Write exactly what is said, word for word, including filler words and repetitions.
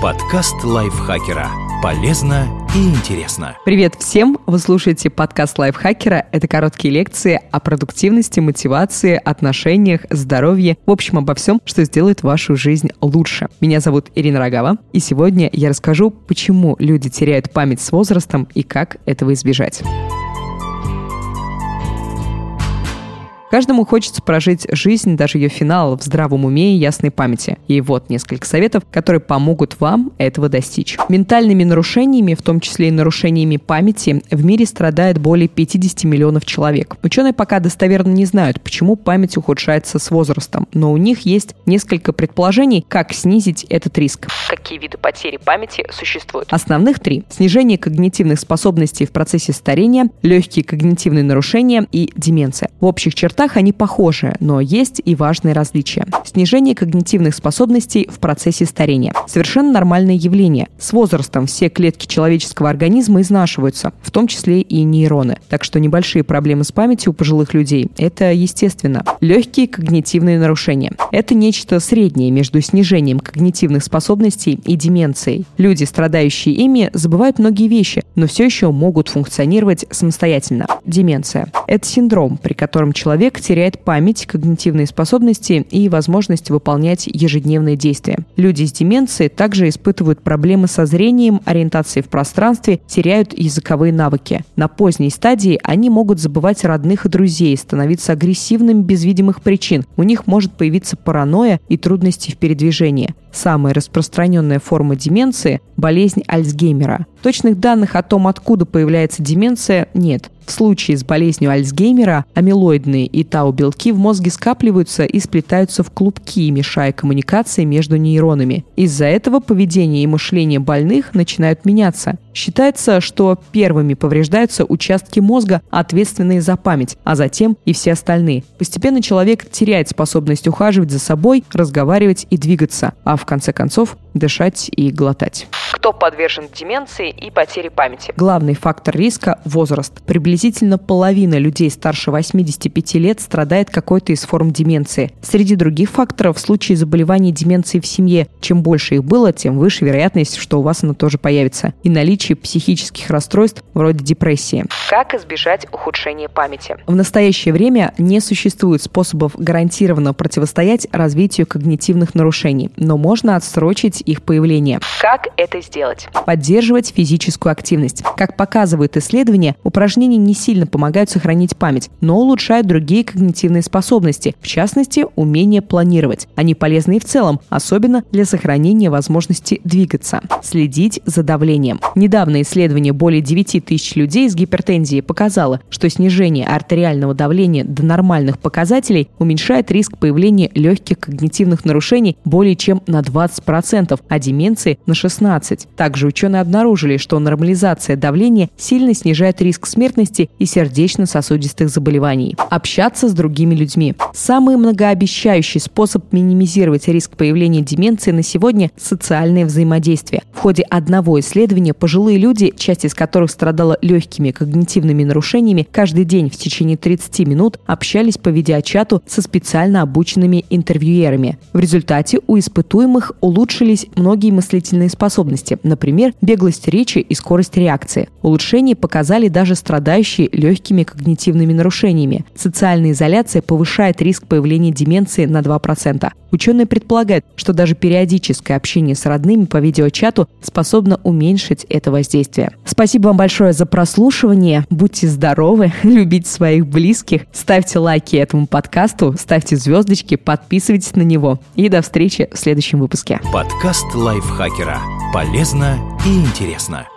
Подкаст лайфхакера. Полезно и интересно. Привет всем! Вы слушаете подкаст лайфхакера. Это короткие лекции о продуктивности, мотивации, отношениях, здоровье. В общем, обо всем, что сделает вашу жизнь лучше. Меня зовут Ирина Рогава, и сегодня я расскажу, почему люди теряют память с возрастом и как этого избежать. Каждому хочется прожить жизнь, даже ее финал, в здравом уме и ясной памяти. И вот несколько советов, которые помогут вам этого достичь. Ментальными нарушениями, в том числе и нарушениями памяти, в мире страдает более пятьдесят миллионов человек. Ученые пока достоверно не знают, почему память ухудшается с возрастом, но у них есть несколько предположений, как снизить этот риск. Какие виды потери памяти существуют? Основных три. Снижение когнитивных способностей в процессе старения, легкие когнитивные нарушения и деменция. В общих чертах они похожи, но есть и важные различия. Снижение когнитивных способностей в процессе старения. Совершенно нормальное явление. С возрастом все клетки человеческого организма изнашиваются, в том числе и нейроны. Так что небольшие проблемы с памятью у пожилых людей – это естественно. Легкие когнитивные нарушения. Это нечто среднее между снижением когнитивных способностей и деменцией. Люди, страдающие ими, забывают многие вещи, но все еще могут функционировать самостоятельно. Деменция – это синдром, при котором человек теряет память, когнитивные способности и возможность выполнять ежедневные действия. Люди с деменцией также испытывают проблемы со зрением, ориентацией в пространстве, теряют языковые навыки. На поздней стадии они могут забывать родных и друзей, становиться агрессивными без видимых причин. У них может появиться паранойя и трудности в передвижении. Самая распространенная форма деменции – болезнь Альцгеймера. Точных данных о том, откуда появляется деменция, нет. В случае с болезнью Альцгеймера амилоидные и тау-белки в мозге скапливаются и сплетаются в клубки, мешая коммуникации между нейронами. Из-за этого поведение и мышление больных начинают меняться. Считается, что первыми повреждаются участки мозга, ответственные за память, а затем и все остальные. Постепенно человек теряет способность ухаживать за собой, разговаривать и двигаться, а в конце концов дышать и глотать. Кто подвержен деменции и потере памяти? Главный фактор риска – возраст. Приблизительно половина людей старше восьмидесяти пяти лет страдает какой-то из форм деменции. Среди других факторов, в случае заболеваний деменции в семье, чем больше их было, тем выше вероятность, что у вас она тоже появится. И наличие психических расстройств вроде депрессии. Как избежать ухудшения памяти? В настоящее время не существует способов гарантированно противостоять развитию когнитивных нарушений, но можно отсрочить их появление. Как это сделать? Поддерживать физическую активность. Как показывают исследования, упражнения не сильно помогают сохранить память, но улучшают другие когнитивные способности, в частности, умение планировать. Они полезны и в целом, особенно для сохранения возможности двигаться. Следить за давлением. Недавнее исследование более девяти тысяч людей с гипертензией показало, что снижение артериального давления до нормальных показателей уменьшает риск появления легких когнитивных нарушений более чем на двадцать процентов, а деменции на шестнадцать процентов. Также ученые обнаружили, что нормализация давления сильно снижает риск смертности и сердечно-сосудистых заболеваний. Общаться с другими людьми. Самый многообещающий способ минимизировать риск появления деменции на сегодня – социальное взаимодействие. В ходе одного исследования пожилые люди, часть из которых страдала легкими когнитивными нарушениями, каждый день в течение тридцати минут общались по видеочату со специально обученными интервьюерами. В результате у испытуемых улучшились многие мыслительные способности, например, беглость речи и скорость реакции. Улучшения показали даже страдающие легкими когнитивными нарушениями. Социальная изоляция повышает риск появления деменции на два процента. Ученые предполагают, что даже периодическое общение с родными по видеочату способно уменьшить это воздействие. Спасибо вам большое за прослушивание. Будьте здоровы, любите своих близких, ставьте лайки этому подкасту, ставьте звездочки, подписывайтесь на него. И до встречи в следующем выпуске. Подкаст лайфхакера. Полезно и интересно.